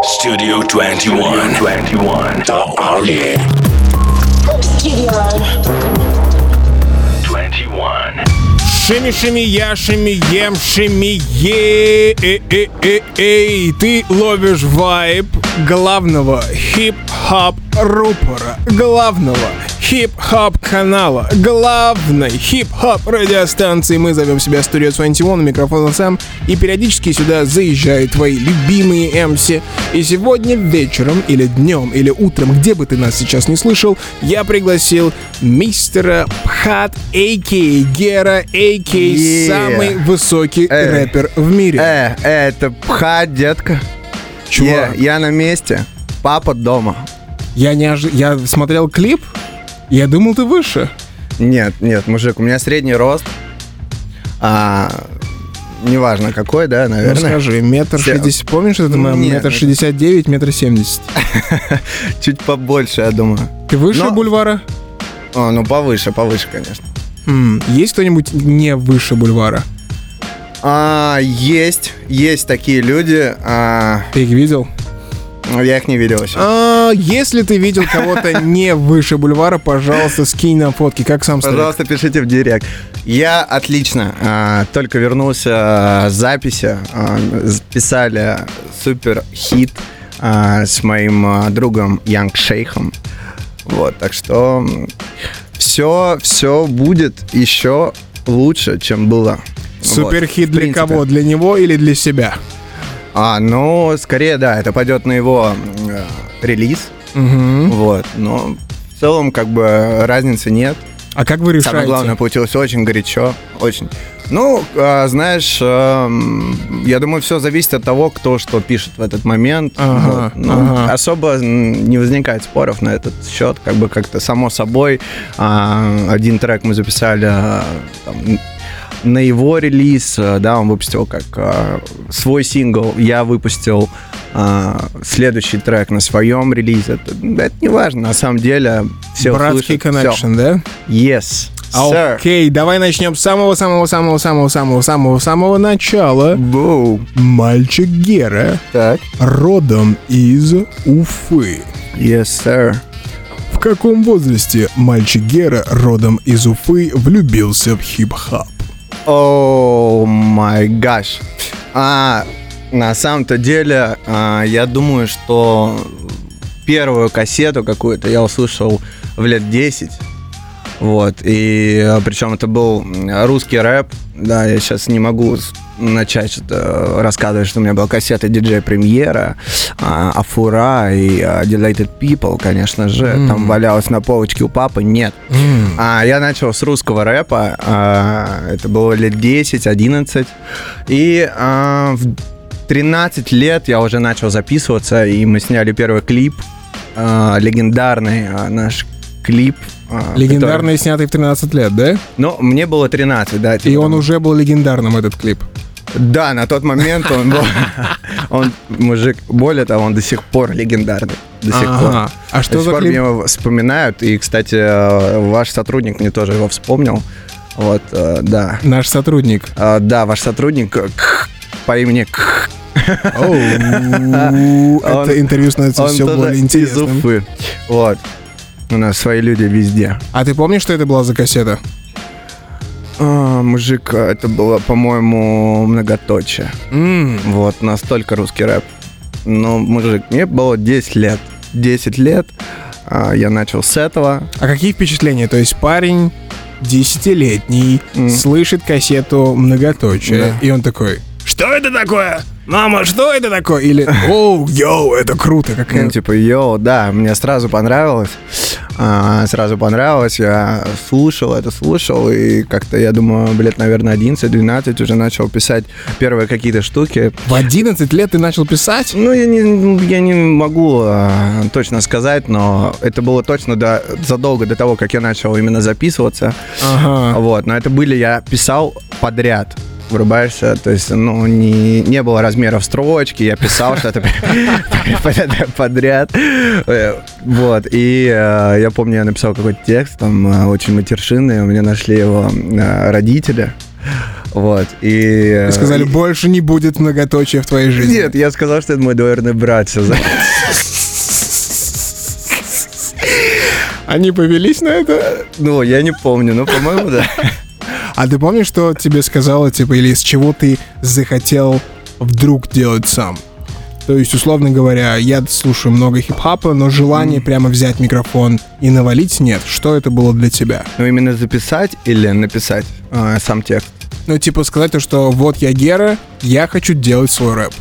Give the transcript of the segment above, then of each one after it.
Studio 21. The Army. Studio 21. Шими-шими, я шими-ем, шими-е. Ты ловишь вайб главного хип-хоп рупора, главного хип-хоп канала, главной хип-хоп радиостанции. Мы зовем себя Studio 21, микрофон сам, и периодически сюда заезжают твои любимые МС. И сегодня вечером, или днем, или утром, где бы ты нас сейчас не слышал, я пригласил мистера Пхат, а.к.а. Гера, а.к.а. самый высокий рэпер в мире. Это Пхат, детка. Чувак. Я на месте. Папа дома. Я смотрел клип, я думал, ты выше. Нет, мужик, у меня средний рост. Неважно какой, да, наверное. Ну скажи, 1,60 м, помнишь, это Нет, 1,69 м, 1,70 м? Чуть побольше, я думаю. Ты выше бульвара? Ну повыше, конечно. Есть кто-нибудь не выше бульвара? Есть такие люди. Ты их видел? Я их не видел еще. Если ты видел кого-то не выше бульвара, пожалуйста, скинь нам фотки, как сам старик. Пожалуйста, пишите в директ. Я отлично. Только вернулся с записи. Писали супер хит с моим другом Янг Шейхом. Вот, так что все будет еще лучше, чем было. Супер хит для кого? Для него или для себя? Ну, скорее, да, это пойдет на его релиз. Вот, но в целом, как бы, разницы нет. А как вы решаете? Самое главное, получилось очень горячо, очень. Ну, знаешь, я думаю, все зависит от того, кто что пишет в этот момент. Особо не возникает споров на этот счет, как бы как-то само собой. Один трек мы записали на его релиз, да, он выпустил как свой сингл, я выпустил следующий трек на своем релизе. Это не важно, на самом деле. Все братский коннекшн, да? Yes, sir. Окей, давай начнем с самого начала. Мальчик Гера, Так. родом из Уфы. Yes, sir. В каком возрасте мальчик Гера, родом из Уфы, влюбился в хип-хоп? О май гаш. На самом-то деле, я думаю, что первую кассету какую-то я услышал в лет 10. Вот, и причем это был русский рэп. Да, я сейчас не могу начать что-то рассказывать, что у меня была кассета DJ Премьера, Афура и Delighted People, конечно же. Там валялась на полочке у папы. Нет. Я начал с русского рэпа. Это было лет 10-11. И в 13 лет я уже начал записываться, и мы сняли первый клип. Легендарный наш клип. Легендарный, снятый в 13 лет, да? Ну, мне было 13, да. И он уже был легендарным, этот клип. Да, на тот момент он был... Он, мужик, более того, он до сих пор легендарный. До сих пор. А что за клип? До сих пор мне его вспоминают. И, кстати, ваш сотрудник мне тоже его вспомнил. Вот, да. Наш сотрудник. Да, ваш сотрудник по имени Это интервью становится все более интересным. Из Уфы. Вот. У нас свои люди везде. А ты помнишь, что это была за кассета? Мужик, это было, по-моему, многоточие. Вот, настолько русский рэп. Ну, мужик, мне было 10 лет. 10 лет я начал с этого. А какие впечатления? То есть парень 10-летний слышит кассету многоточие, и он такой: что это такое? Мама, что это такое? Или оу, йоу, это круто. Ну, типа, йоу, да, мне сразу понравилось. Я слушал, и как-то, я думаю, лет, наверное, 11-12 уже начал писать первые какие-то штуки. В 11 лет ты начал писать? Ну, я не могу точно сказать, но это было точно задолго до того, как я начал именно записываться. Вот, но это я писал подряд. Врубаешься, то есть, ну, не было размеров строчки, я писал что-то подряд, вот, и я помню, я написал какой-то текст, там, очень матершинный, у меня нашли его родители, Вот, и... Сказали, больше не будет многоточия в твоей жизни. Нет, я сказал, что это мой двоюродный брат. Они повелись на это? Ну, я не помню, но, по-моему, да. А ты помнишь, что тебе сказала, типа, или из чего ты захотел вдруг делать сам? То есть, условно говоря, я слушаю много хип-хопа, но желания прямо взять микрофон и навалить нет. Что это было для тебя? Ну, именно записать или написать сам текст? Ну, типа сказать то, что вот я Гера, я хочу делать свой рэп.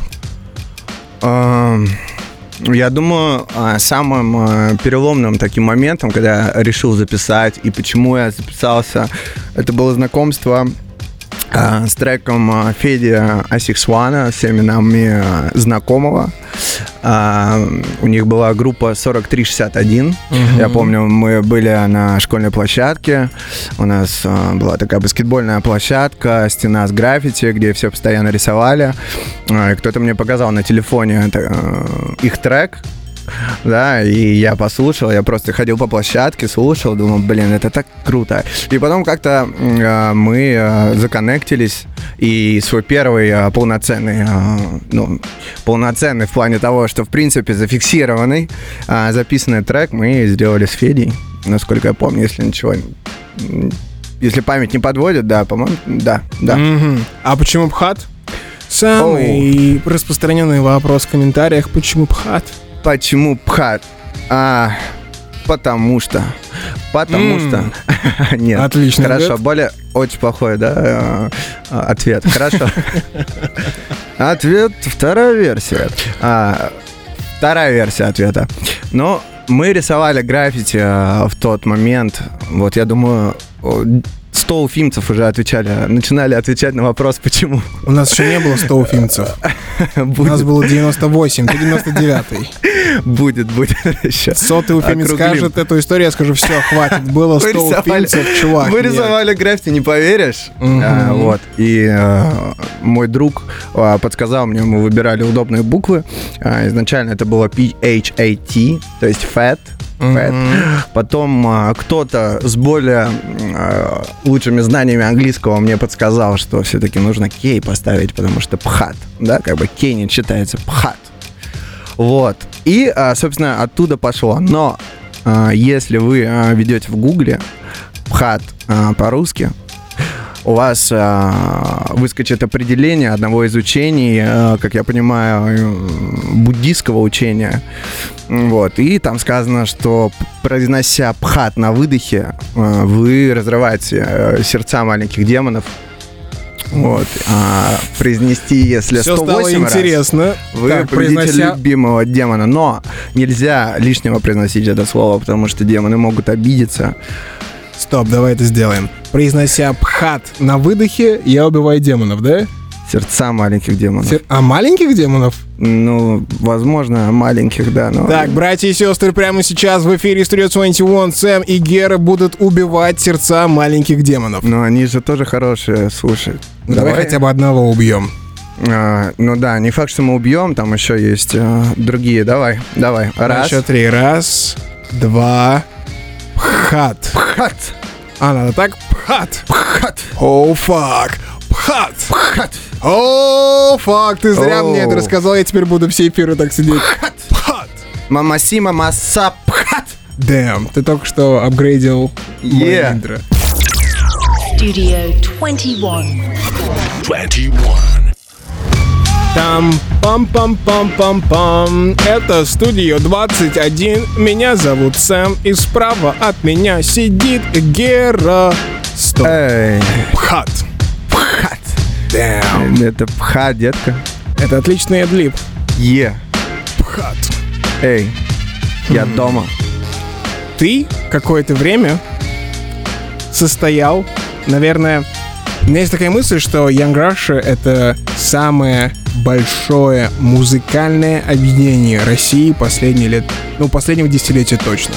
Я думаю, самым переломным таким моментом, когда я решил записать, и почему я записался, это было знакомство с треком Феди Асиксуана, с именами знакомого. У них была группа 4361. Я помню, мы были на школьной площадке. У нас была такая баскетбольная площадка, стена с граффити, где все постоянно рисовали. И кто-то мне показал на телефоне их трек. Да, и я послушал, я просто ходил по площадке, слушал, думал, блин, это так круто. И потом как-то мы законнектились, и свой первый полноценный в плане того, что в принципе зафиксированный, записанный трек мы сделали с Федей, насколько я помню, если память не подводит, да, по-моему, да. А почему Пхат? Самый распространенный вопрос в комментариях, почему Пхат? Почему Пхат? Потому что. Нет. Отлично. Хорошо, ответ. более очень плохой, да, ответ. Хорошо. Ответ, вторая версия. Вторая версия ответа. Но мы рисовали граффити в тот момент. Вот, я думаю, 100 уфимцев уже начинали отвечать на вопрос, почему. У нас еще не было 100 уфимцев. У нас было 98, ты 99-й. Будет еще. 100-й уфимец скажет эту историю, я скажу, все, хватит, было 100 уфимцев, чувак. Мы рисовали граффити, не поверишь. Вот. И мой друг подсказал мне, мы выбирали удобные буквы. Изначально это было PHAT, то есть fat. Потом кто-то с более лучшими знаниями английского мне подсказал, что все-таки нужно кей поставить, потому что пхат, да, как бы кей не читается, пхат. Вот. И, собственно, оттуда пошло. Но если вы ведете в гугле пхат по-русски, у вас выскочит определение одного из учений, как я понимаю, буддийского учения. Вот. И там сказано, что, произнося пхат на выдохе, вы разрываете сердца маленьких демонов. Вот. А произнести, если все 108 стало интересно. раз, вы Так, победите любимого демона. Но нельзя лишнего произносить это слово, потому что демоны могут обидеться. Стоп, давай это сделаем. Произнося пхат на выдохе, я убиваю демонов, да? Сердца маленьких демонов. А маленьких демонов? Ну, возможно, маленьких, да. Но... Так, братья и сестры, прямо сейчас в эфире Studio 21 Сэм и Гера будут убивать сердца маленьких демонов. Но они же тоже хорошие, слушай. Ну, давай хотя бы одного убьем. Ну да, не факт, что мы убьем, там еще есть другие. Давай. Раз. Еще 3. Раз, 2. Пхат. Пхат. Надо так? Пхат. Пхат. Оу, фак. Пхат. Пхат. Оу, фак. Ты зря мне это рассказал, я теперь буду все эфиры так сидеть. Пхат. Мамаси, мамаса, пхат. Дэм, ты только что апгрейдил мое интро. Studio 21. 21. Там пам-пам-пам-пам-пам. Это Studio 21. Меня зовут Сэм. И справа от меня сидит Гера. Стоп. Эй. Пхат. Пхат. Дэм. Это пхат, детка. Это отличный эдлиб. Пхат. Эй, я дома. Ты какое-то время состоял, наверное... У меня есть такая мысль, что Young Russia — это самое большое музыкальное объединение России последнего десятилетия точно.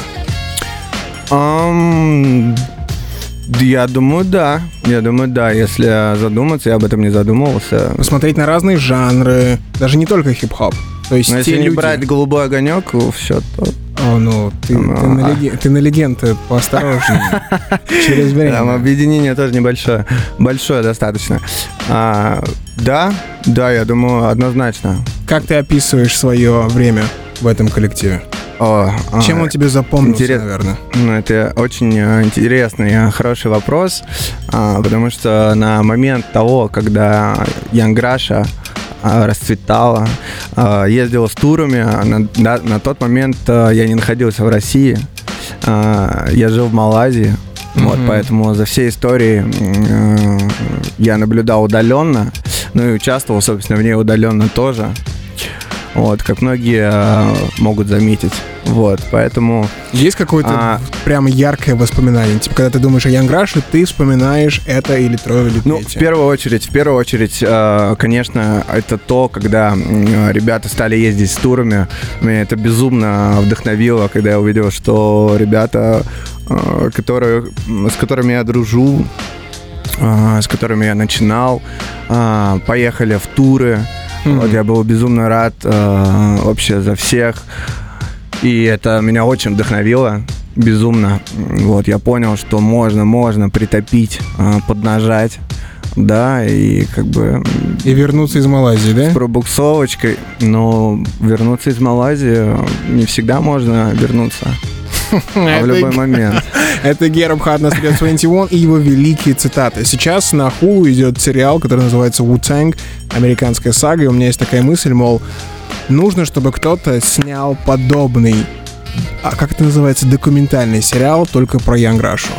Я думаю, да. Если задуматься, я об этом не задумывался. Посмотреть на разные жанры, даже не только хип-хоп. То есть Но те если не люди... брать «Голубой огонек», все то... О, ну, ты на легенду поосторожней. Через время. Там объединение тоже небольшое. Большое достаточно. Да, я думаю, однозначно. Как ты описываешь свое время в этом коллективе? Чем он тебе запомнился, наверное? Ну, это очень интересный, хороший вопрос, потому что на момент того, когда Young Russia расцветала, ездила с турами, на тот момент я не находился в России, я жил в Малайзии, вот, поэтому за всей историей я наблюдал удаленно, ну и участвовал, собственно, в ней удаленно тоже. Вот, как многие могут заметить. Вот, поэтому... Есть какое-то прям яркое воспоминание? Типа, когда ты думаешь о Young Russia, ты вспоминаешь это или Трое, или Третье? Ну, в первую очередь, конечно, это то, когда ребята стали ездить с турами. Меня это безумно вдохновило, когда я увидел, что ребята, с которыми я дружу, с которыми я начинал, поехали в туры. Вот, я был безумно рад вообще за всех. И это меня очень вдохновило. Безумно. Вот, я понял, что можно притопить, поднажать. Да, и как бы... И вернуться из Малайзии, да? С пробуксовочкой. Но вернуться из Малайзии не всегда можно вернуться. А в любой момент. Это Герб Харт на Studio 21 и его великие цитаты. Сейчас на Hulu идет сериал, который называется Wu-Tang, американская сага, и у меня есть такая мысль, мол, нужно, чтобы кто-то снял подобный, как это называется, документальный сериал только про Young Russia.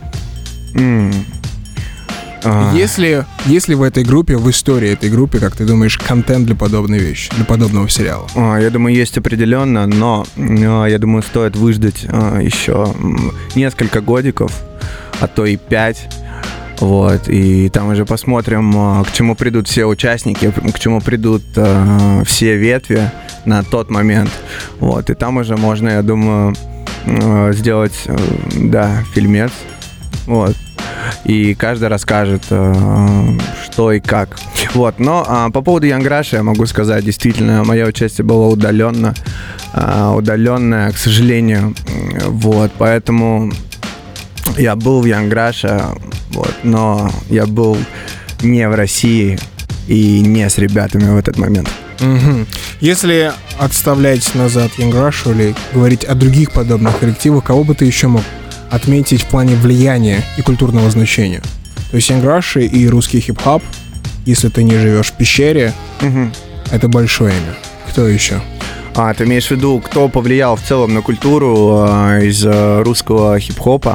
Если в этой группе, в истории этой группы, как ты думаешь, контент для подобной вещи, для подобного сериала? Я думаю, есть определенно, но я думаю, стоит выждать еще несколько годиков, а то и 5. Вот, и там уже посмотрим, к чему придут все участники, к чему придут все ветви на тот момент. Вот, и там уже можно, я думаю, сделать, фильмец. Вот. И каждый расскажет, что и как. Вот, но по поводу Young Russia я могу сказать, действительно, мое участие было удаленное, к сожалению. Вот, поэтому я был в Young Russia, вот, но я был не в России и не с ребятами в этот момент. Угу. Если отставлять назад Young Russia или говорить о других подобных коллективах, кого бы ты еще мог отметить в плане влияния и культурного значения? То есть Young Russia и русский хип-хоп, если ты не живешь в пещере, это большое имя. Кто еще? Ты имеешь в виду, кто повлиял в целом на культуру из русского хип-хопа?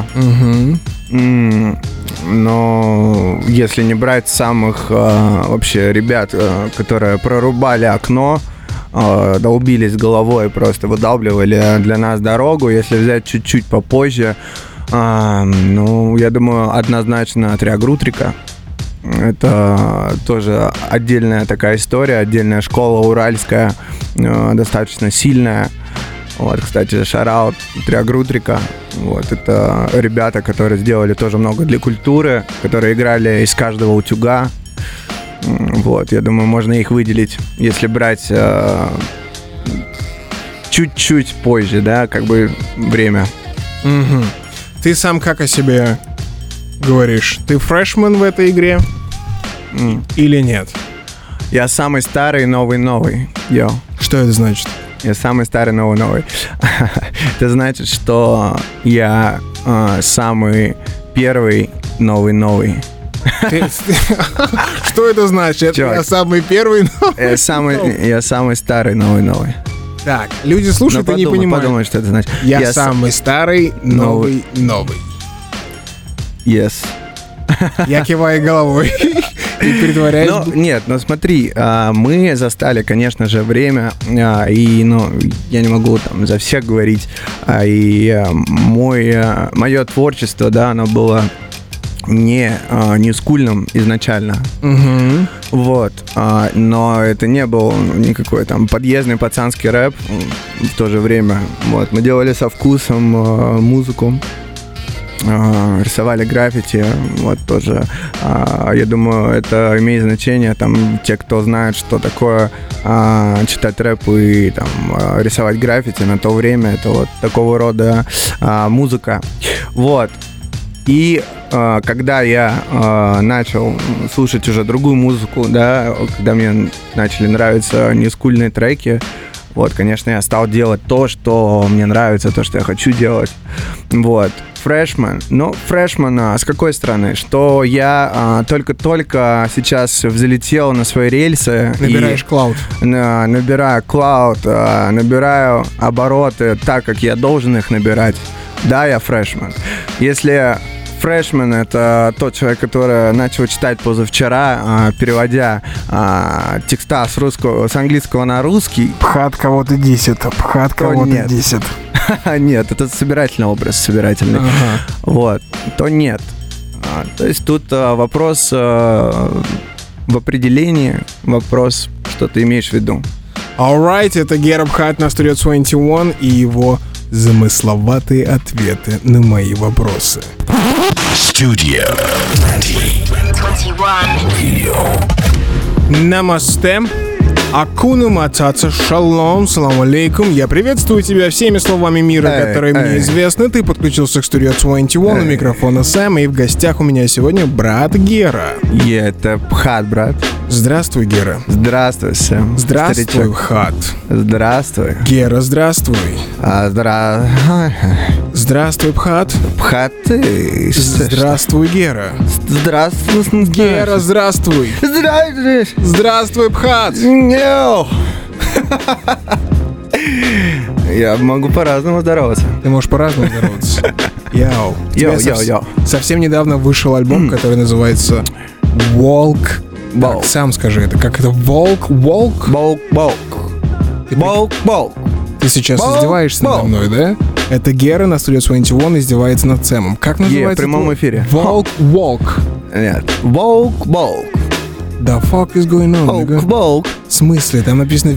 Но если не брать самых вообще ребят, которые прорубали окно, долбились головой, просто выдалбливали для нас дорогу. Если взять чуть-чуть попозже, я думаю, однозначно Трио Грутрика. Это тоже отдельная такая история, отдельная школа уральская, достаточно сильная. Вот, кстати, шараут Трио Грутрика. Вот, это ребята, которые сделали тоже много для культуры, которые играли из каждого утюга. Вот, я думаю, можно их выделить, если брать чуть-чуть позже, да, как бы время. Ты сам как о себе говоришь? Ты фрешмен в этой игре или нет? Я самый старый, новый. Йо. Что это значит? Я самый старый, новый. Это значит, что я самый первый, новый. Что это значит? Я самый первый, Я самый старый, новый. Так, люди слушают и не понимают. Подумай, что это значит. Я самый старый, новый. Yes. Я киваю головой и притворяюсь. Нет, смотри, мы застали, конечно же, время, и, я не могу там за всех говорить, и мое творчество, да, оно было не скульным изначально. Вот. Но это не был никакой там подъездный пацанский рэп в то же время. Вот. Мы делали со вкусом музыку. рисовали граффити, вот тоже, я думаю, это имеет значение, там, те, кто знает, что такое читать рэп и там рисовать граффити на то время, это вот такого рода музыка, вот. И когда я начал слушать уже другую музыку, да, когда мне начали нравиться нескульные треки, вот, конечно, я стал делать то, что мне нравится, то, что я хочу делать. Вот. Freshman. Ну, Freshman с какой стороны? Что я только-только сейчас взлетел на свои рельсы. Набираешь клауд. Набираю клауд, набираю обороты так, как я должен их набирать. Да, я Freshman. Если Freshman — это тот человек, который начал читать позавчера, переводя текста с английского на русский. Пхат кого-то десит, пхат кого-то десит. Нет, это собирательный образ, собирательный. Ага. Вот, то нет. То есть тут вопрос в определении, вопрос, что ты имеешь в виду. Alright, это Гера Пхат на Studio 21 и его замысловатые ответы на мои вопросы. Studio 21. Намасте. Акуна Матаца, шалом, салам алейкум. Я приветствую тебя всеми словами мира, которые мне известны. Ты подключился к Studio 21, у микрофона Сэм, и в гостях у меня сегодня брат Гера. Это Пхат, брат. Здравствуй, Гера. Здравствуй, Сэм. Здравствуй, Старичок. Пхат. Здравствуй. Гера, здравствуй. Здравствуй, Пхат. Пхат, ты. Здравствуй, Гера. Здравствуй. Гера, здравствуй. Здравствуй. Здравствуй, Пхат. Я могу по-разному здороваться. Ты можешь по-разному здороваться. Йоу. Йоу. Совсем недавно вышел альбом, который называется Walk. Walk. Сам скажи это. Как это? Walk? Ты сейчас издеваешься надо мной, да? Это Гера на Studio 21 издевается над Сэмом. Как называется? В прямом эфире. Walk. Нет. Walk. The fuck is going on, nigga? Walk. В смысле? Там написано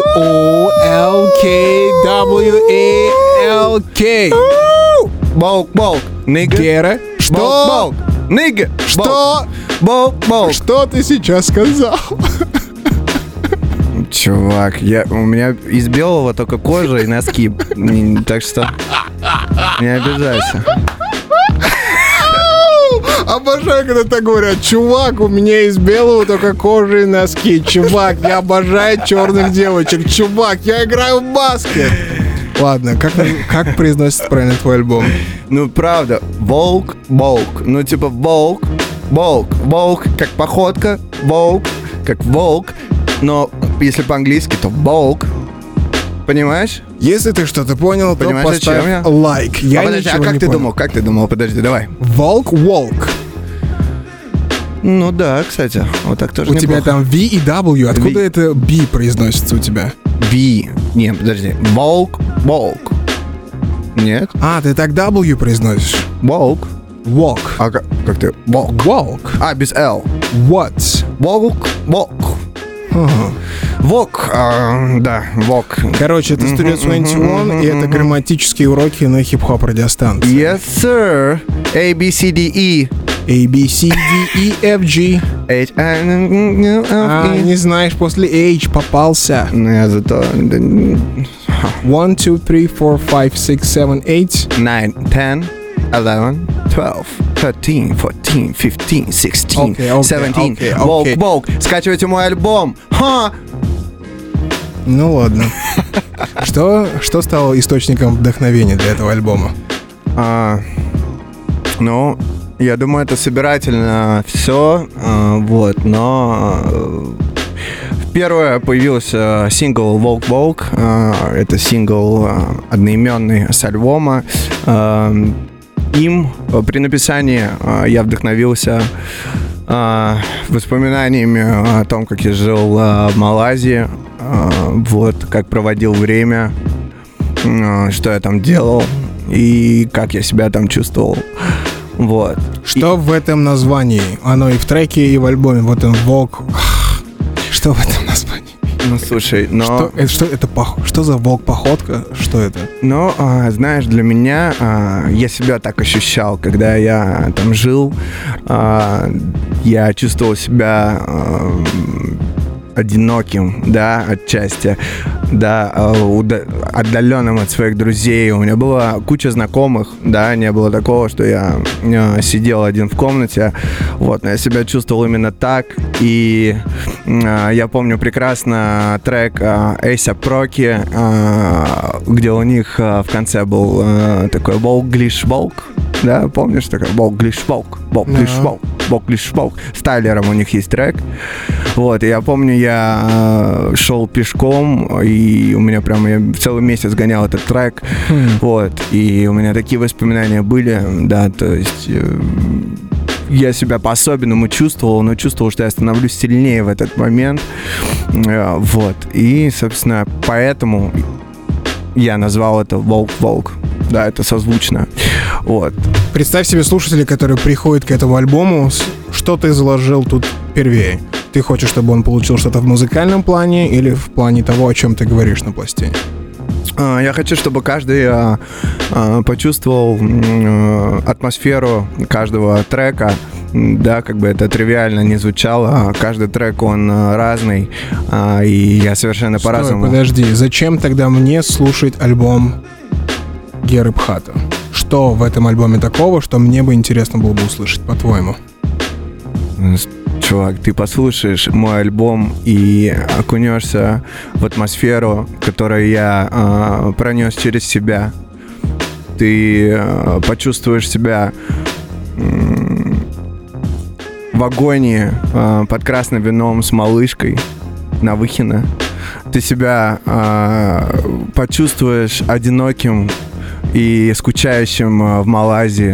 V-O-L-K-W-A-L-K. Walk. Nigga. Гера, что? Nigga. Что? Walk. Что ты сейчас сказал? Чувак, у меня из белого только кожа и носки. Так что не обижайся. Обожаю, когда так говорят. Чувак, у меня из белого только кожа и носки. Чувак, я обожаю черных девочек. Чувак, я играю в баскет. Ладно, как произносится правильно твой альбом? Ну, правда, волк. Ну, типа волк, как походка, волк, как волк. Но если по-английски, то волк. Понимаешь? Если ты что-то понял, понимаешь, то поставь лайк. Я подожди, ничего как не ты понял. думал? Как ты думал? Подожди, давай. Walk. Ну да, кстати, вот так тоже У неплохо. тебя там V и W. Откуда это B произносится у тебя? V. Не, подожди. Волк. Нет? А, ты так W произносишь. Волк. Walk. А как ты? Волк. Walk. А, без L. What? Волк. Ага. Вок, да, вок. Короче, это Studio 21, и это грамматические уроки на хип-хоп радиостанции. Yes, sir. A, B, C, D, E. A, B, C, D, E, F, G. H, I, N, А, не знаешь, после H попался. Ну, я зато... 1, 2, 3, 4, 5, 6, 7, 8. 9, 10, 11, 12, 13, 14, 15, 16, Окей, 17. окей. Волк. Скачивайте мой альбом. Ха! Ну ладно. Что стало источником вдохновения для этого альбома? Ну, я думаю, это собирательно все, вот, но первое появился сингл «Волк». Это сингл одноименный с альбома. Им при написании я вдохновился воспоминаниями о том, как я жил в Малайзии, вот, как проводил время, что я там делал и как я себя там чувствовал. Вот. Что в этом названии? Оно и в треке, и в альбоме. Вот он, Волк. Что в этом названии? Ну, слушай, но... Что за волк-походка? Что это? Ну, знаешь, для меня я себя так ощущал, когда я там жил. Я чувствовал себя одиноким, да, отчасти, да, отдаленным от своих друзей. У меня была куча знакомых, да, не было такого, что я сидел один в комнате, вот, но я себя чувствовал именно так, и я помню прекрасно трек A$AP Rocky, где у них в конце был такой волк-глиш-волк, да, помнишь, такой волк-глиш-волк, волк-глиш-волк, волк-глиш-волк, с Тайлером у них есть трек, вот, и я помню, я шел пешком, и у меня прям, я целый месяц гонял этот трек, вот, и у меня такие воспоминания были, да, то есть я себя по-особенному чувствовал, но чувствовал, что я становлюсь сильнее в этот момент, вот, и, собственно, поэтому я назвал это «Волк-волк», да, это созвучно, вот. Представь себе слушателей, которые приходят к этому альбому, что ты заложил тут первее? Ты хочешь, чтобы он получил что-то в музыкальном плане или в плане того, о чем ты говоришь на пластине? Я хочу, чтобы каждый почувствовал атмосферу каждого трека. Да, как бы это тривиально не звучало, каждый трек, он разный, и я совершенно по-разному... Подожди, зачем тогда мне слушать альбом Геры Пхата? Что в этом альбоме такого, что мне бы интересно было бы услышать, по-твоему? Чувак, ты послушаешь мой альбом и окунешься в атмосферу, которую я пронес через себя. Ты почувствуешь себя в агонии под красным вином с малышкой Навыхина. Ты себя почувствуешь одиноким и скучающим в Малайзии,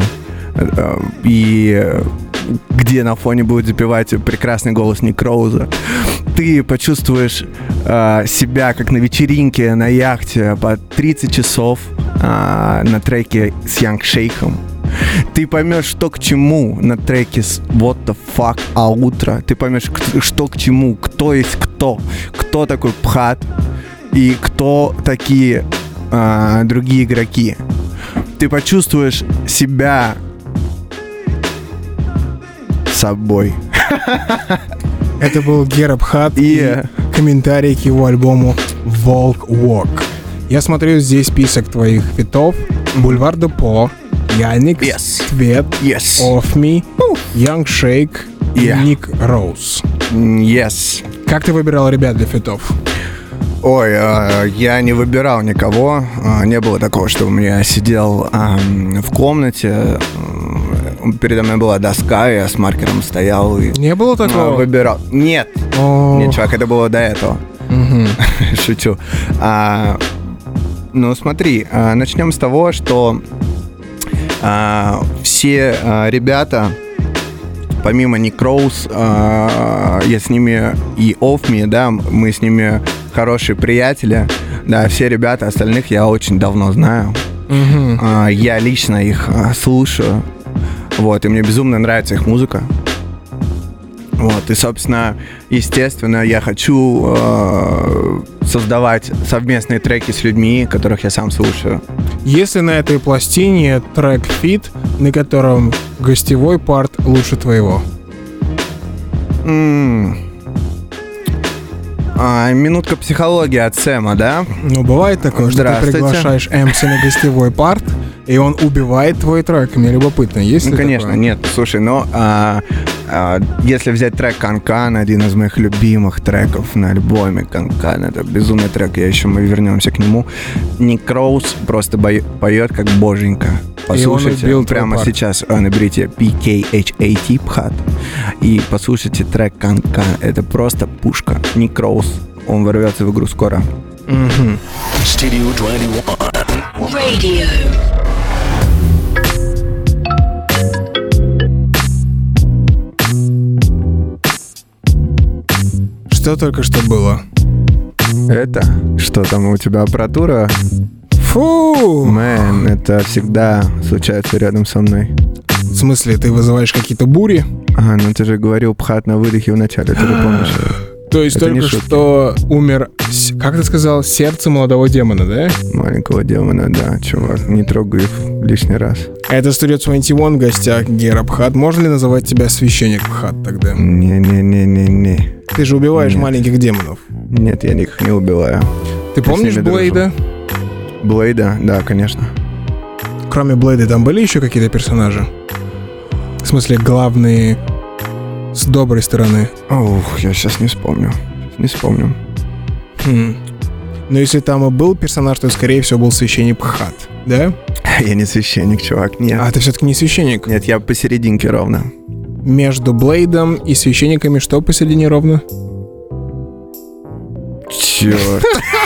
и где на фоне будет запевать прекрасный голос Ник Роуза. Ты почувствуешь себя как на вечеринке на яхте по 30 часов на треке с Янг Шейхом. Ты поймешь, что к чему на треке с What the fuck, а утро. Ты поймешь, что к чему, кто есть кто такой Пхат и кто такие другие игроки. Ты почувствуешь себя собой. Это был Гера Пхат и комментарий к его альбому Walk Walk. Я смотрю здесь список твоих фитов: Бульвар Депо, Яникс, Твет, Off Me, Young Shake и Ник Роуз. Yes. Как ты выбирал ребят для фитов? Ой, я не выбирал никого. Не было такого, что я сидел в комнате, передо мной была доска, я с маркером стоял и... Не было такого? Выбирал. Нет. Нет, чувак, это было до этого. Шучу. Ну, смотри, начнем с того, что все ребята, помимо Ник Роуз, я с ними и Off Me, да, мы с ними хорошие приятели. Да, все ребята остальных я очень давно знаю. Я лично их слушаю. Вот, и мне безумно нравится их музыка. Вот, и, собственно, естественно, я хочу создавать совместные треки с людьми, которых я сам слушаю. Если на этой пластине трек «Фит», на котором гостевой парт лучше твоего? Минутка психологии от Сэма, да? Ну, бывает такое, что ты приглашаешь Эмси на гостевой парт, и он убивает твой трек. Мне любопытно, есть ли Ну, конечно, такое? нет. Слушай, но если взять трек «Канкан», один из моих любимых треков на альбоме «Канкан», это безумный трек, мы вернемся к нему. Ник Роуз просто поет как боженька. Послушайте прямо сейчас, наберите PKHAT Пхат и послушайте трек «Канкан». Это просто пушка. Ник Роуз, он ворвется в игру скоро. Studio 21. Radio. Что только что было? Это? Что там у тебя аппаратура? Фу! Мэн, это всегда случается рядом со мной. В смысле, ты вызываешь какие-то бури? Ну ты же говорил Пхат на выдохе в начале, ты же помнишь? То есть Это не только шутки. что умер, как ты сказал, сердце молодого демона, да? Маленького демона, да, чувак, не трогай их лишний раз. Это Studio 21 в гостях, Гера Пхат. Можно ли называть тебя священник Пхат тогда? Не-не-не-не-не. Ты же убиваешь Нет. маленьких демонов. Нет, я их не убиваю. Ты помнишь с ними дружу. Блейда? Блейда, да, конечно. Кроме Блейда там были еще какие-то персонажи? В смысле, главные с доброй стороны? Ух, я сейчас не вспомню. Не вспомню. Но если там и был персонаж, то, скорее всего, был священник Пхат, да? Я не священник, чувак, нет. А ты все-таки не священник. Нет, я посерединке ровно. Между Блейдом и священниками что посередине ровно? Черт.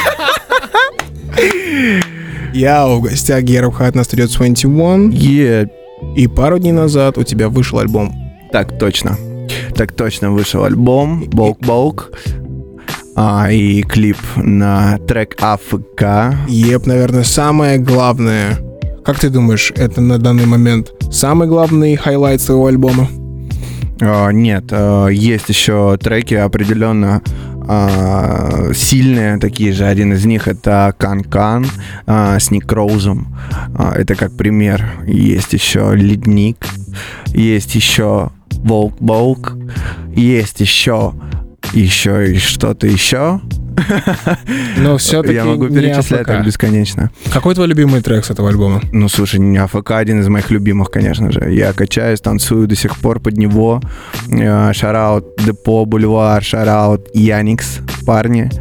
Я в гостях Гера Пхат на Studio 21. И пару дней назад у тебя вышел альбом. Так точно. Так точно вышел альбом «Болк-Болк». И клип на трек «АФК». Еп, наверное, самое главное. Как ты думаешь, это на данный момент самый главный хайлайт своего альбома? Нет, есть еще треки определенно сильные, такие же. Один из них это «Кан-Кан» с Ник Роузом. Это как пример. Есть еще «Ледник», есть еще «Волк-Болк», есть еще и что-то еще. Но все-таки Я могу не перечислять АФК. так бесконечно. Какой твой любимый трек с этого альбома? Ну, слушай, не АФК один из моих любимых, конечно же. Я качаюсь, танцую до сих пор под него. Шараут Депо, Бульвар, шараут Яникс, парни.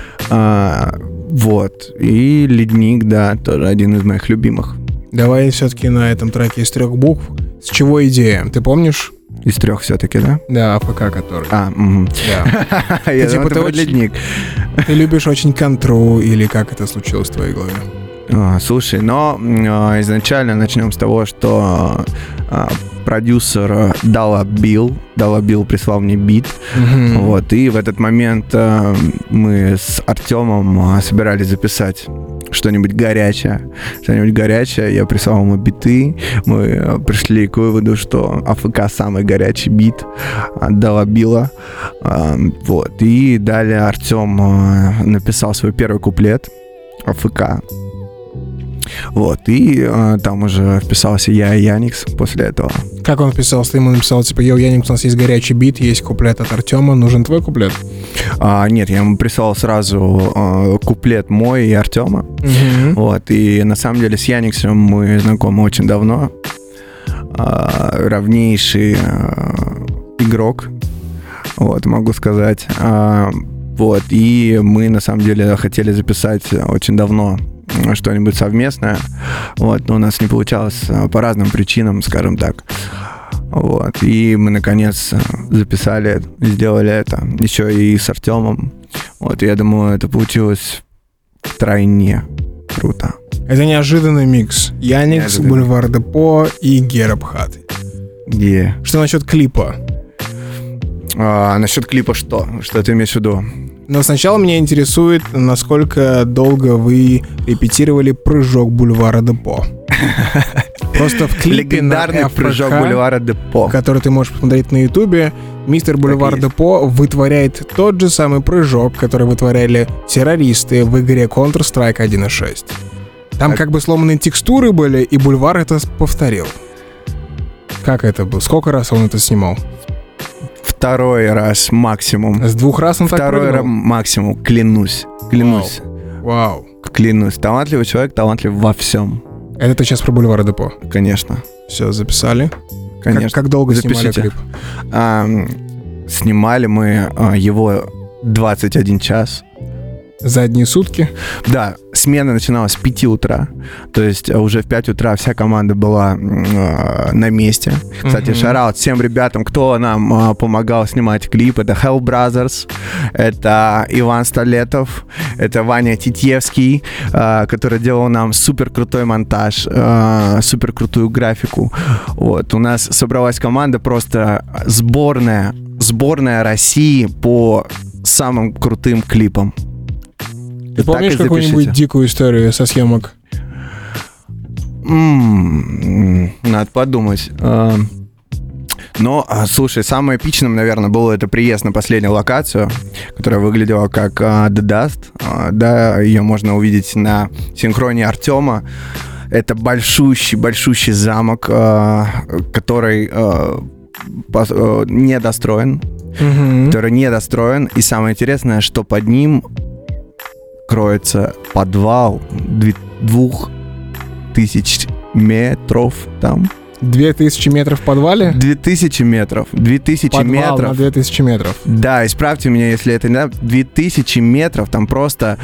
Вот. И Ледник, да, тоже один из моих любимых. Давай все-таки на этом треке из 3 букв. С чего идея? Ты помнишь? Из 3 все-таки, да? Да, АФК который. Да. Я типа, думал, ты это про очень- Ледник. Ты любишь очень контру или как это случилось в твоей голове? Слушай, но изначально начнем с того, что продюсер Дала Билл прислал мне бит, вот, и в этот момент мы с Артемом собирались записать что-нибудь горячее, я прислал ему биты, мы пришли к выводу, что АФК самый горячий бит от Дала Билла, вот, и далее Артем написал свой первый куплет АФК. Вот, и там уже вписался я и Яникс после этого. Как он писал? Ты ему написал, типа, йоу, Яникс, у нас есть горячий бит, есть куплет от Артема, нужен твой куплет? Нет, я ему прислал сразу куплет мой и Артема. Вот, и на самом деле с Яниксом мы знакомы очень давно. Равнейший игрок, вот, могу сказать. Вот, и мы на самом деле хотели записать очень давно что-нибудь совместное, вот, но у нас не получалось по разным причинам, скажем так. Вот, и мы наконец записали, сделали это еще и с Артемом. Вот, и я думаю, это получилось втройне круто. Это неожиданный микс. Яникс, Неожиданный. Бульвар Депо и Гера Пхат. Что насчет клипа? Насчет клипа что? Что ты имеешь в виду? Но сначала меня интересует, насколько долго вы репетировали прыжок Бульвара Депо. Просто в клипе Легендарный на прыжок FFK, Бульвара Депо. который ты можешь посмотреть на Ютубе, мистер Бульвар есть. Депо вытворяет тот же самый прыжок, который вытворяли террористы в игре Counter-Strike 1.6. Там Так. как бы сломанные текстуры были, и Бульвар это повторил. Как это было? Сколько раз он это снимал? Второй раз максимум. С 2 раз он так Второй раз прыгнул? максимум. Клянусь. Вау. Клянусь. Талантливый человек, талантлив во всем. Это ты сейчас про Бульвар Депо. Конечно. Все, записали. Конечно. Как долго снимали Запишите. клип? Снимали мы его 21 час. За одни сутки? Да, смена начиналась с 5 утра. То есть уже в 5 утра вся команда была на месте. Кстати, шараут всем ребятам, кто нам помогал снимать клип. Это Hell Brothers, это Иван Столетов, это Ваня Титьевский, который делал нам супер крутой монтаж, супер крутую графику. Вот. У нас собралась команда просто сборная России по самым крутым клипам. Ты помнишь Так и какую-нибудь запишите. дикую историю со съемок? Надо подумать. Но, слушай, самым эпичным, наверное, было это приезд на последнюю локацию, которая выглядела как The Dust. Да, ее можно увидеть на синхроне Артема. Это большущий замок, который недостроен. Который недостроен. И самое интересное, что под ним кроется подвал 2000 метров там. 2000 метров в подвале? 2000 метров. 2000 Подвал метров. на 2000 метров. Да, исправьте меня, если это не так. 2000 метров, там просто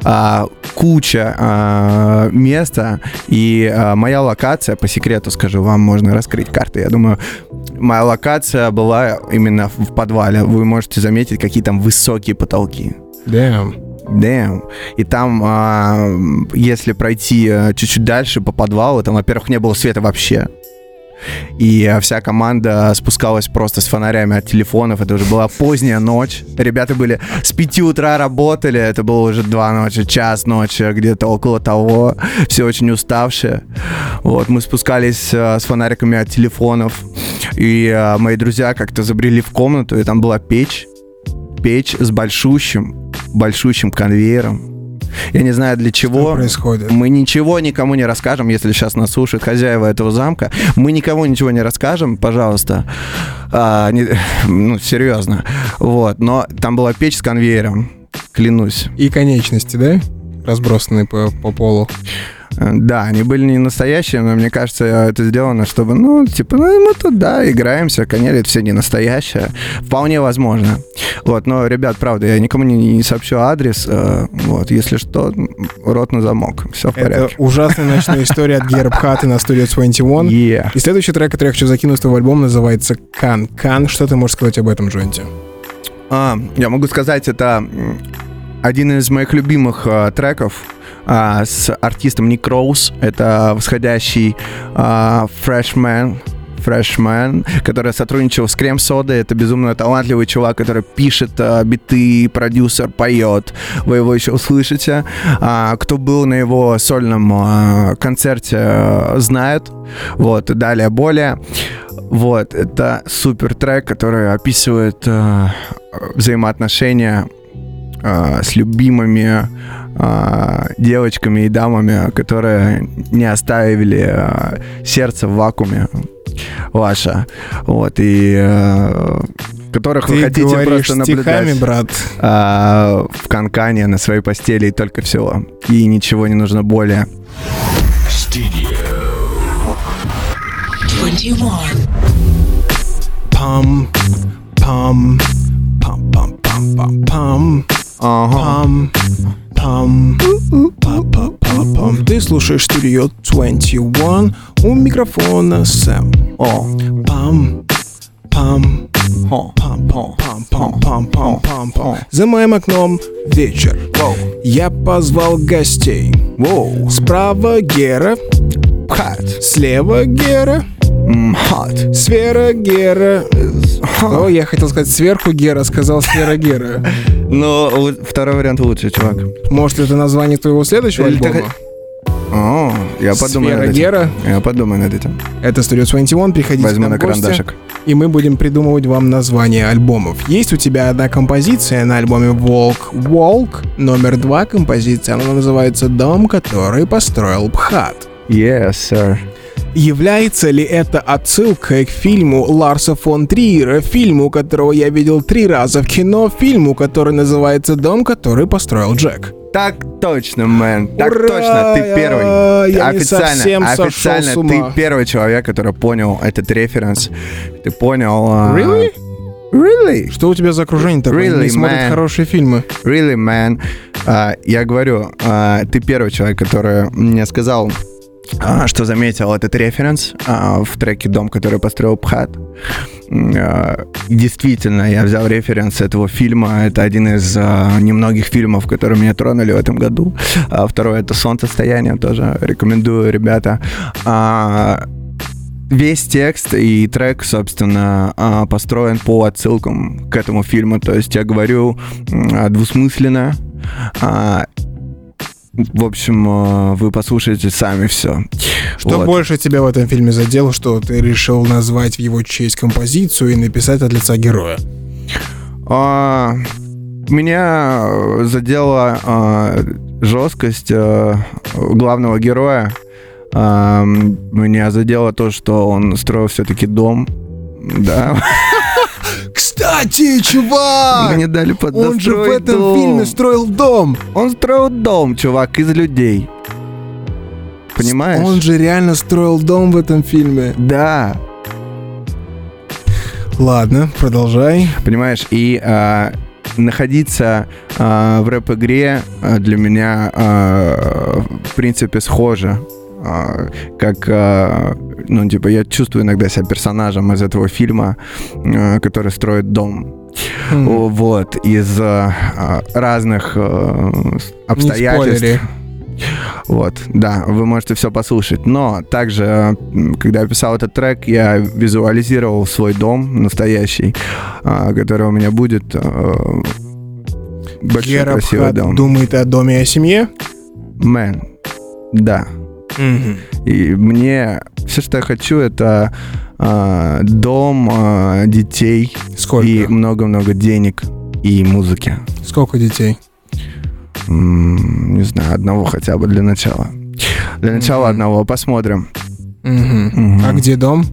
куча места. И моя локация, по секрету скажу, вам можно раскрыть карты. Я думаю, моя локация была именно в подвале. Вы можете заметить, какие там высокие потолки. Damn. И там, если пройти чуть-чуть дальше по подвалу, там, во-первых, не было света вообще. И вся команда спускалась просто с фонарями от телефонов. Это уже была поздняя ночь. Ребята были с 5 утра работали. Это было уже 2 ночи, час ночи, где-то около того. Все очень уставшие. Вот, мы спускались с фонариками от телефонов. И мои друзья как-то забрели в комнату, и там была печь. Печь с большущим конвейером. Я не знаю, для чего. Что происходит? Мы ничего никому не расскажем, если сейчас нас слушают хозяева этого замка. Мы никому ничего не расскажем, пожалуйста. Серьезно. Вот. Но там была печь с конвейером, клянусь. И конечности, да? Разбросанные по полу. Да, они были не настоящие, но мне кажется, это сделано, чтобы, мы тут, да, играемся, конечно, это все не настоящее. Вполне возможно. Вот, но, ребят, правда, я никому не сообщу адрес, вот, если что, рот на замок, все в порядке. Это ужасная ночная история от Гера Пхаты на Studio 21. Yeah. И следующий трек, который я хочу закинуть в твой альбом, называется «Кан». Кан, что ты можешь сказать об этом джойнте? Я могу сказать, это один из моих любимых треков, с артистом Ник Роуз. Это восходящий фрешмен, который сотрудничал с Крем Содой. Это безумно талантливый чувак, который пишет биты, продюсер, поет. Вы его еще услышите. Кто был на его сольном концерте, знает. Вот, и далее более. Вот, это супер трек, который описывает взаимоотношения с любимыми девочками и дамами, которые не оставили сердце в вакууме ваше. Вот, и которых вы хотите просто наблюдать стихами, брат. В канкане на своей постели и только всего. И ничего не нужно более. Studio 21. Пам, пам, пам, пам, пам, пам, пам. Пам, пам, пам. Ты слушаешь Studio 21, у микрофона Сэм. Пам, пам, пам, пам, пам, пам, пам, пам, пам. За моим окном вечер. Я позвал гостей. Справа Гера, слева Гера, Сфера Гера. Я хотел сказать сверху Гера, сказал Сфера Гера. Но второй вариант лучше, чувак. Может, это название твоего следующего альбома? Я подумаю над этим. Гера. Я подумаю над этим. Это Studio 21, приходите Возьму к нам на в гости, карандашик. и мы будем придумывать вам названия альбомов. Есть у тебя одна композиция на альбоме Walk, номер 2 композиция, она называется «Дом, который построил Пхат». Yes, sir. Является ли это отсылкой к фильму Ларса фон Триера, фильму, которого я видел 3 раза в кино, фильму, который называется «Дом, который построил Джек»? Так точно, мэн. Так Ура! точно, ты первый. Я не совсем сошел с ума. Ты первый человек, который понял этот референс. Ты понял. Really? Really? Что у тебя за окружение такое? Really, Не смотрят man. хорошие фильмы. Really, man. Я говорю, ты первый человек, который мне сказал, что заметил этот референс в треке «Дом, который построил Пхат». Действительно, я взял референс этого фильма. Это один из немногих фильмов, которые меня тронули в этом году. Второй — это «Солнцестояние», тоже рекомендую, ребята. Весь текст и трек, собственно, построен по отсылкам к этому фильму. То есть я говорю двусмысленно. В общем, вы послушаете сами все. Что Вот. больше тебя в этом фильме задело, что ты решил назвать в его честь композицию и написать от лица героя? Меня задела жесткость главного героя. Меня задело то, что он строил все-таки дом. Да. Кстати, чувак! Мне дали Он же в подостроить этом дом. фильме строил дом. Он строил дом, чувак, из людей. Понимаешь? Он же реально строил дом в этом фильме. Да. Ладно, продолжай. Понимаешь, и находиться в рэп-игре для меня, в принципе, схоже. Как, я чувствую иногда себя персонажем из этого фильма, который строит дом. Вот, из разных обстоятельств. Не спойлери. Вот, да, вы можете все послушать. Но также, когда я писал этот трек, я визуализировал свой дом настоящий, который у меня будет. Большой Гераб красивый Хат дом. думает о доме и о семье? Мэн, да. И мне все, что я хочу, это дом, детей. Сколько? И много-много денег и музыки. Сколько детей? Не знаю, одного хотя бы для начала. Для начала одного, посмотрим. А где дом?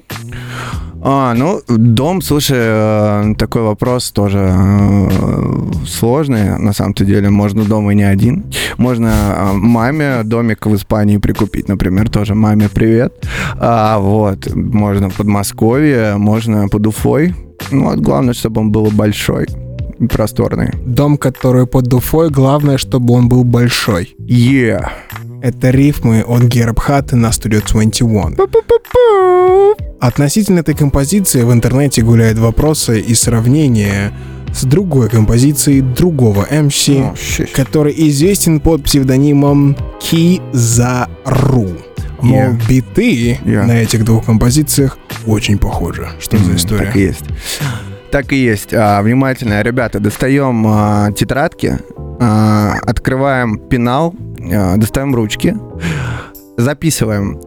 Дом, слушай, такой вопрос тоже сложный, на самом-то деле. Можно дом и не один. Можно маме домик в Испании прикупить, например, тоже маме привет. Вот, можно в Подмосковье, можно под Уфой. Главное, чтобы он был большой и просторный. Дом, который под Уфой, главное, чтобы он был большой. Yeah. Это рифмы от Гераб Хата на Studio 21. Относительно этой композиции в интернете гуляют вопросы и сравнения с другой композицией другого МС, который известен под псевдонимом Кизару. Мол, биты на этих двух композициях очень похожи. Что за история? Так и есть. Так и есть. Внимательно, ребята, достаем тетрадки, открываем пенал, достаем ручки, записываем.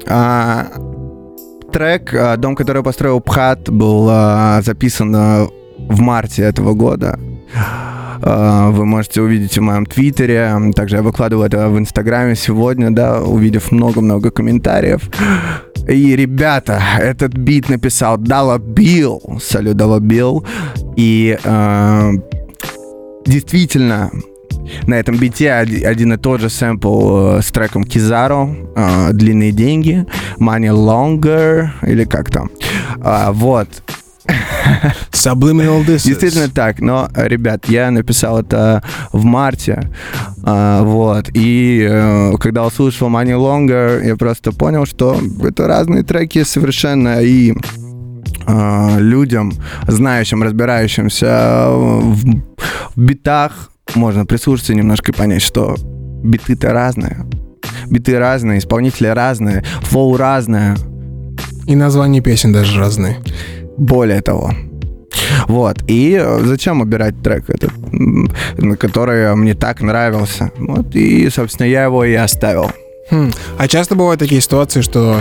Трек «Дом, который построил Пхат» был записан в марте этого года. Вы можете увидеть в моем твиттере. Также я выкладывал это в инстаграме сегодня, да, увидев много-много комментариев. И, ребята, этот бит написал Дала Билл. Салют, Дала Билл. И действительно, на этом бите один и тот же сэмпл с треком Кизару, «Длинные деньги», «Money Longer» или как там. Вот. Subliminal Distance. Действительно так, но, ребят, я написал это в марте, вот, и когда услышал Money Longer, я просто понял, что это разные треки совершенно, и людям, знающим, разбирающимся в битах, можно прислушаться немножко и понять, что биты-то разные. Биты разные, исполнители разные, флоу разное. И названия песен даже разные. Более того. Вот. И зачем убирать трек этот, который мне так нравился? Вот. И, собственно, я его и оставил. А часто бывают такие ситуации, что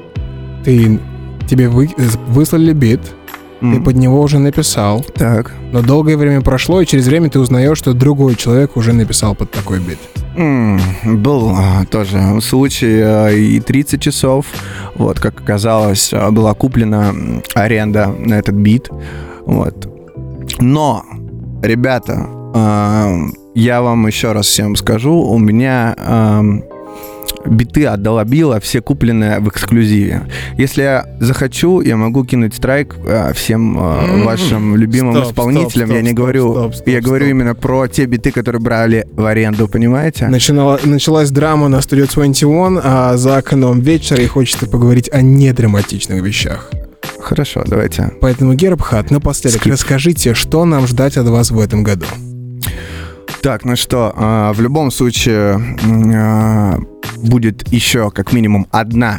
тебе выслали бит, ты под него уже написал. Так. Но долгое время прошло, и через время ты узнаешь, что другой человек уже написал под такой бит. Был тоже случай, и 30 часов, вот, как оказалось, была куплена аренда на этот бит, вот. Но, ребята, я вам еще раз всем скажу, у меня биты от Дала Билла все куплены в эксклюзиве. Если я захочу, я могу кинуть страйк всем вашим любимым исполнителям. Я не говорю, я говорю именно про те биты, которые брали в аренду, понимаете? Началась драма на Studio 21, а за окном вечер, и хочется поговорить о недраматичных вещах. Хорошо, давайте. Поэтому, Гераб Хат, напоследок расскажите, что нам ждать от вас в этом году. Так, ну что, в любом случае будет еще как минимум одна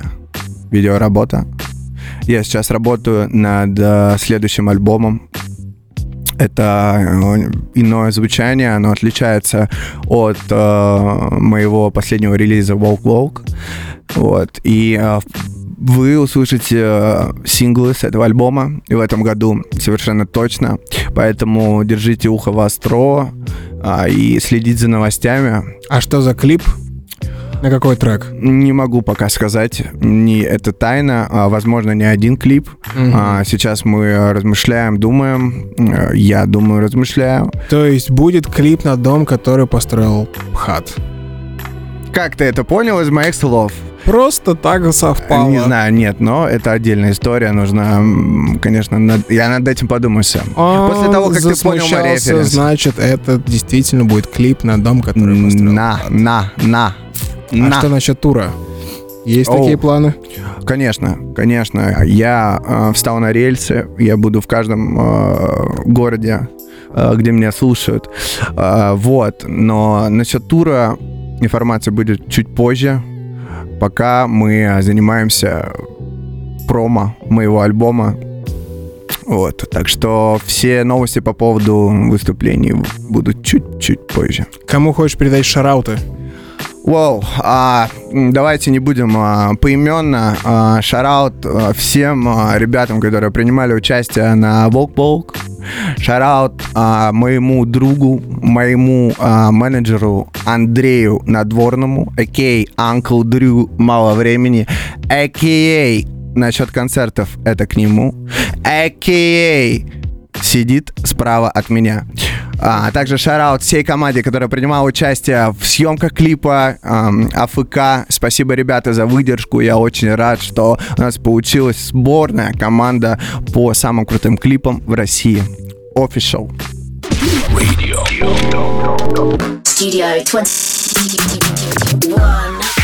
видеоработа. Я сейчас работаю над следующим альбомом. Это иное звучание, оно отличается от моего последнего релиза Walk. Вот. И вы услышите синглы с этого альбома и в этом году совершенно точно. Поэтому держите ухо востро и следите за новостями. А что за клип? На какой трек? Не могу пока сказать. Это тайна. Возможно, не один клип. Сейчас мы размышляем, думаем. Я думаю, размышляю. То есть будет клип на дом, который построил Пхат. Как ты это понял из моих слов? Просто так совпало. Не знаю, нет, но это отдельная история. Нужно, конечно, я над этим подумаю сам. После того, как ты понял мой референс. Значит, это действительно будет клип на дом, который построил Пхат. А что насчет тура? Есть такие планы? Конечно. Я встал на рельсы. Я буду в каждом городе, где меня слушают. Вот. Но насчет тура информация будет чуть позже. Пока мы занимаемся промо моего альбома. Вот. Так что все новости по поводу выступлений будут чуть-чуть позже. Кому хочешь передать шарауты? Давайте не будем поименно. Шараут всем ребятам, которые принимали участие на Walk. Шараут моему другу, моему менеджеру Андрею Надворному, а.к.а. Uncle Drew мало времени, а.к.а. насчет концертов это к нему, а.к.а. сидит справа от меня. А также шараут всей команде, которая принимала участие в съемках клипа АФК. Спасибо, ребята, за выдержку. Я очень рад, что у нас получилась сборная команда по самым крутым клипам в России. Official. Radio. Studio 21.